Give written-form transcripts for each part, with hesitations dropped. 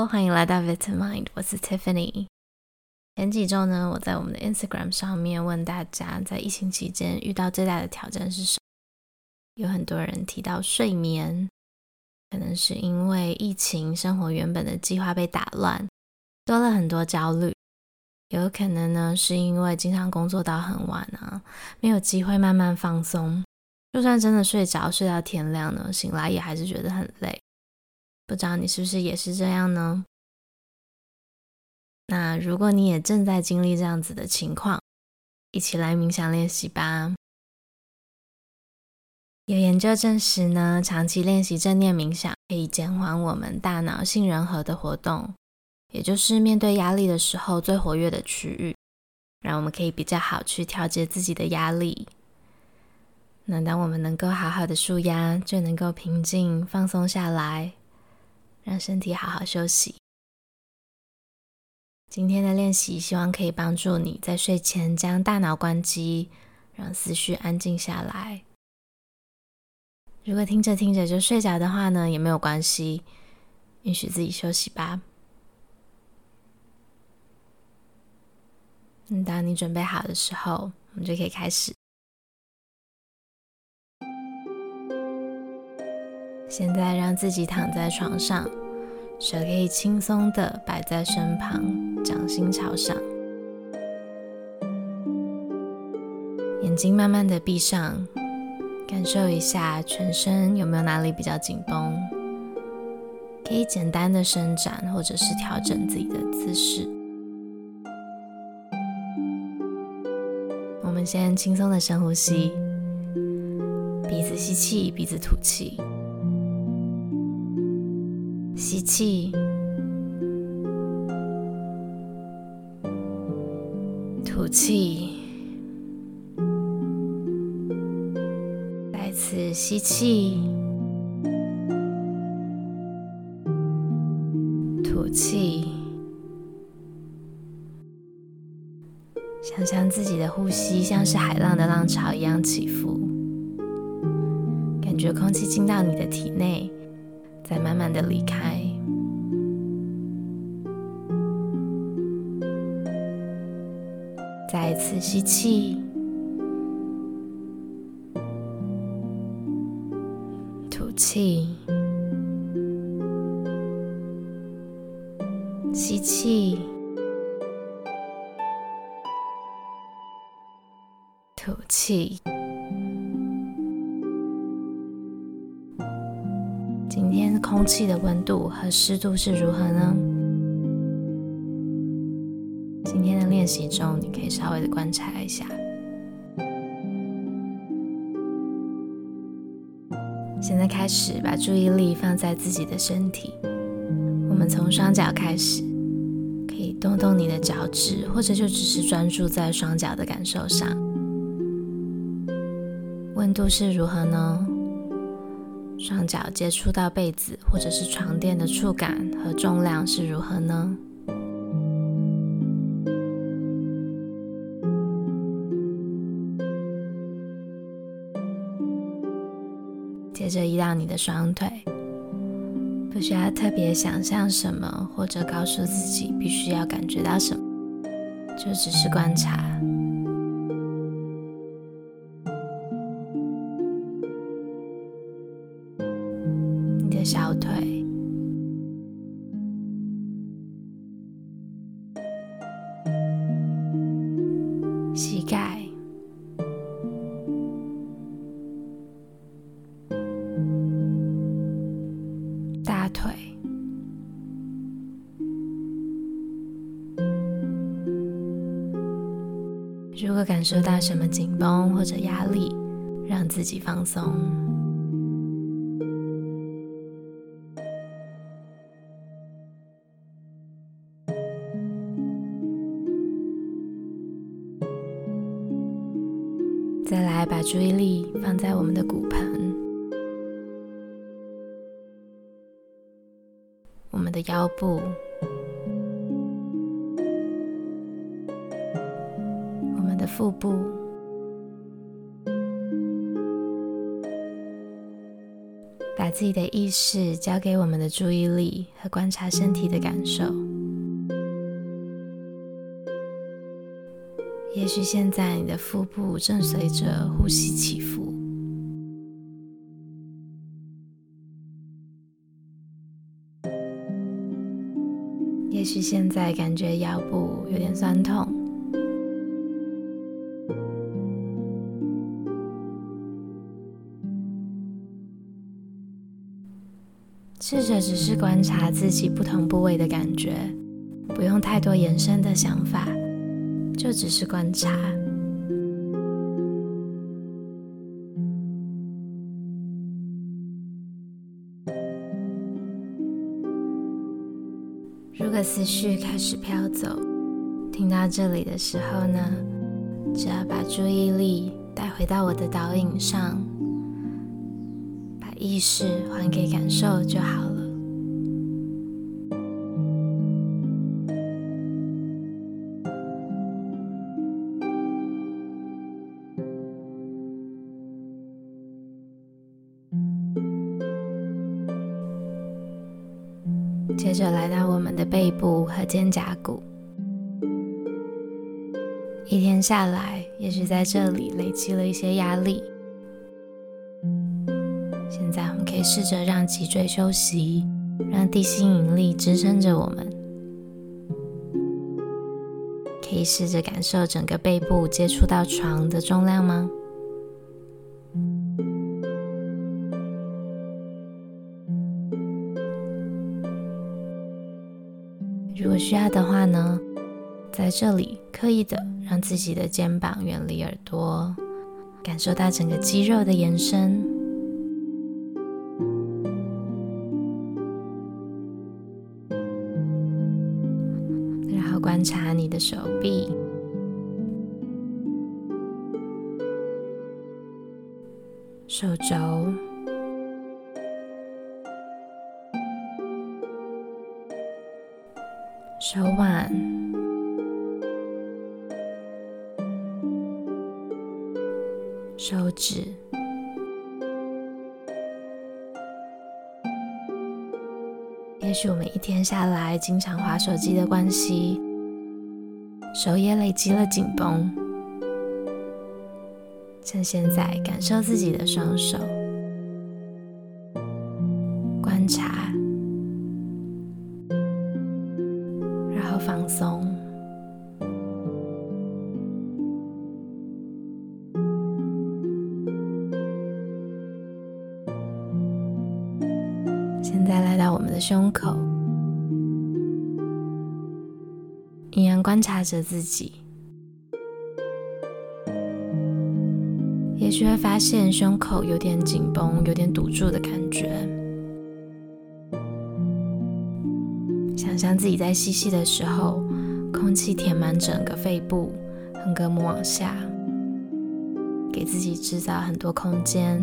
欢迎来到 Vitamind， 我是 Tiffany。前几周呢，我在我们的 Instagram 上面问大家，在疫情期间遇到最大的挑战是什么？有很多人提到睡眠，可能是因为疫情，生活原本的计划被打乱，多了很多焦虑。有可能呢，是因为经常工作到很晚啊，没有机会慢慢放松。就算真的睡着，睡到天亮呢，醒来也还是觉得很累。不知道你是不是也是这样呢？那如果你也正在经历这样子的情况，一起来冥想练习吧。有研究证实呢，长期练习正念冥想可以减缓我们大脑杏仁核的活动，也就是面对压力的时候最活跃的区域，让我们可以比较好去调节自己的压力。那当我们能够好好的抒压，就能够平静放松下来，让身体好好休息。今天的练习希望可以帮助你在睡前将大脑关机，让思绪安静下来。如果听着听着就睡着的话呢，也没有关系，允许自己休息吧。当你准备好的时候，我们就可以开始。现在让自己躺在床上，手可以轻松地摆在身旁，掌心朝上，眼睛慢慢地闭上，感受一下全身有没有哪里比较紧绷，可以简单的伸展或者是调整自己的姿势。我们先轻松的深呼吸，鼻子吸气，鼻子吐气，吸气，吐气，再次吸气，吐气。想象自己的呼吸像是海浪的浪潮一样起伏，感觉空气进到你的体内，再慢慢的离开。再一次吸气，吐气，吸气，吐气。今天空气的温度和湿度是如何呢？今天的练习中，你可以稍微的观察一下。现在开始把注意力放在自己的身体，我们从双脚开始，可以动动你的脚趾，或者就只是专注在双脚的感受上。温度是如何呢？双脚接触到被子或者是床垫的触感和重量是如何呢？接着移到你的双腿，不需要特别想象什么，或者告诉自己必须要感觉到什么，就只是观察。你的小腿，膝盖，大腿，如果感受到什么紧绷或者压力，让自己放松。再来把注意力放在我们的骨盆，我们的腰部，我们的腹部，大把自己的意识交给我们的注意力和观察身体的感受。也许现在你的腹部正随着呼吸起伏，也许现在感觉腰部有点酸痛，试着只是观察自己不同部位的感觉，不用太多延伸的想法，就只是观察。如果思绪开始飘走，听到这里的时候呢，只要把注意力带回到我的导引上，把意识还给感受就好了。接着来到我们的背部和肩胛骨，一天下来，也许在这里累积了一些压力。现在我们可以试着让脊椎休息，让地心引力支撑着我们。可以试着感受整个背部接触到床的重量吗？如果需要的话呢，在这里刻意的让自己的肩膀远离耳朵，感受到整个肌肉的延伸。然后观察你的手臂、手肘、手腕、手指、也许我们一天下来经常滑手机的关系，手也累积了紧绷。趁现在感受自己的双手，观察，然后放松。现在来到我们的胸口，依然观察着自己，也许会发现胸口有点紧绷，有点堵住的感觉。想象自己在吸气的时候，空气填满整个肺部，横膈膜往下，给自己制造很多空间。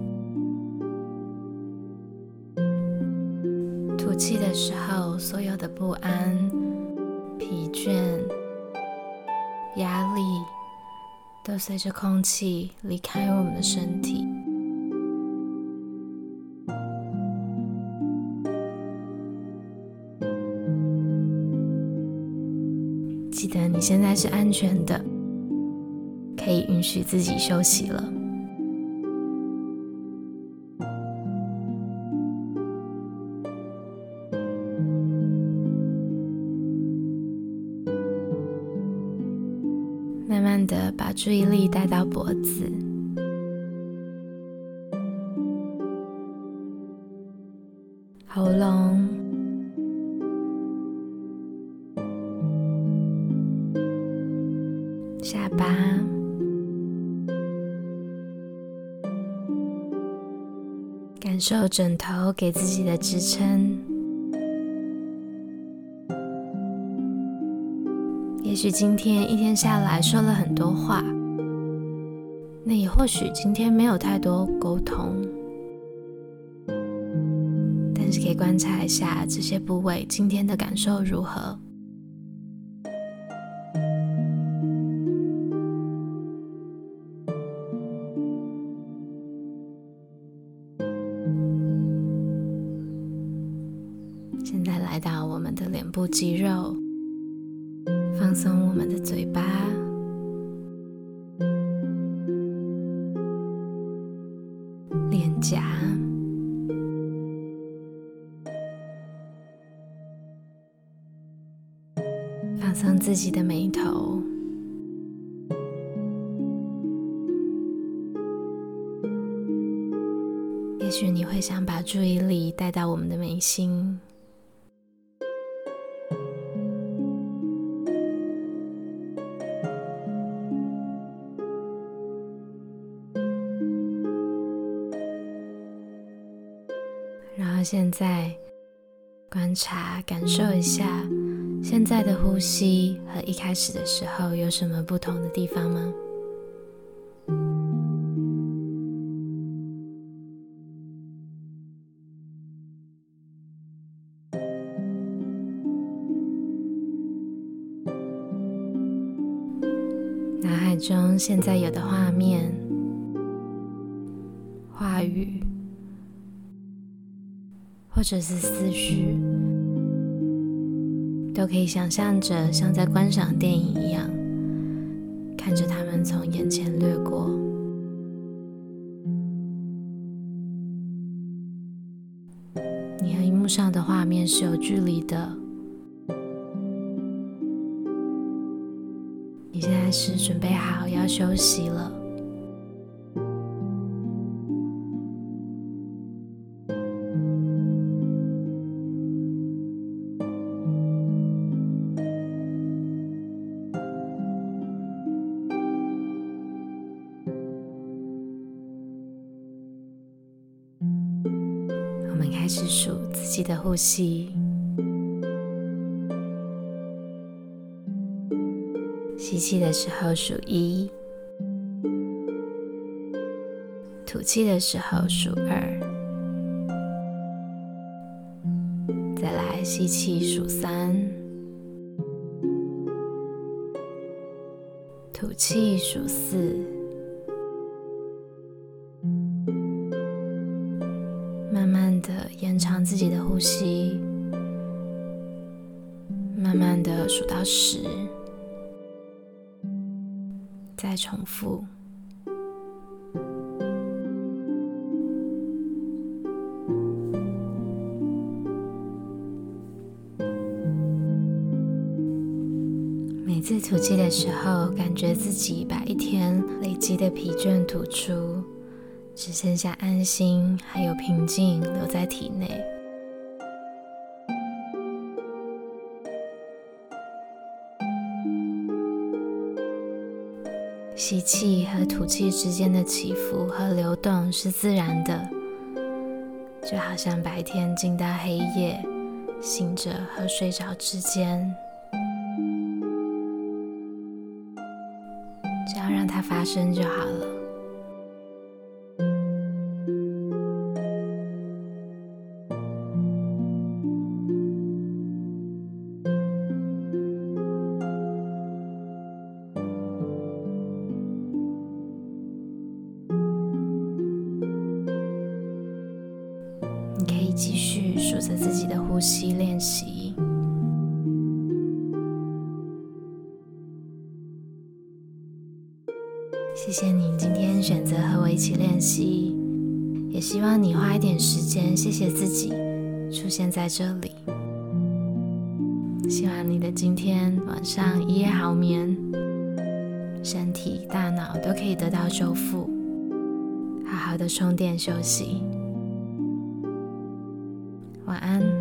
吐气的时候，所有的不安、疲倦、压力都随着空气离开我们的身体。记得你现在是安全的，可以允许自己休息了。慢慢的把注意力带到脖子，喉咙，下巴，感受枕头给自己的支撑。也许今天一天下来说了很多话，那也或许今天没有太多沟通，但是可以观察一下这些部位今天的感受如何。 脸部肌肉，放松我们的嘴巴、脸颊，放松自己的眉头。也许你会想把注意力带到我们的眉心，然后现在观察感受一下现在的呼吸和一开始的时候有什么不同的地方吗？脑海中现在有的画面、话语，或者是思绪，都可以想象着像在观赏电影一样，看着它们从眼前掠过。你和荧幕上的画面是有距离的，你现在是准备好要休息了。我们开始数自己的呼吸，吸气的时候数1，吐气的时候数2，再来吸气数3，吐气数4，慢慢的延长自己的呼吸，慢慢的数到10，再重复。每次吐气的时候，感觉自己把一天累积的疲倦吐出，只剩下安心还有平静留在体内。吸气和吐气之间的起伏和流动是自然的，就好像白天进到黑夜，醒着和睡着之间，只要让它发生就好了。你可以继续数着自己的呼吸练习。谢谢你今天选择和我一起练习，也希望你花一点时间谢谢自己出现在这里。希望你的今天晚上一夜好眠，身体大脑都可以得到修复，好好的充电休息。晚安。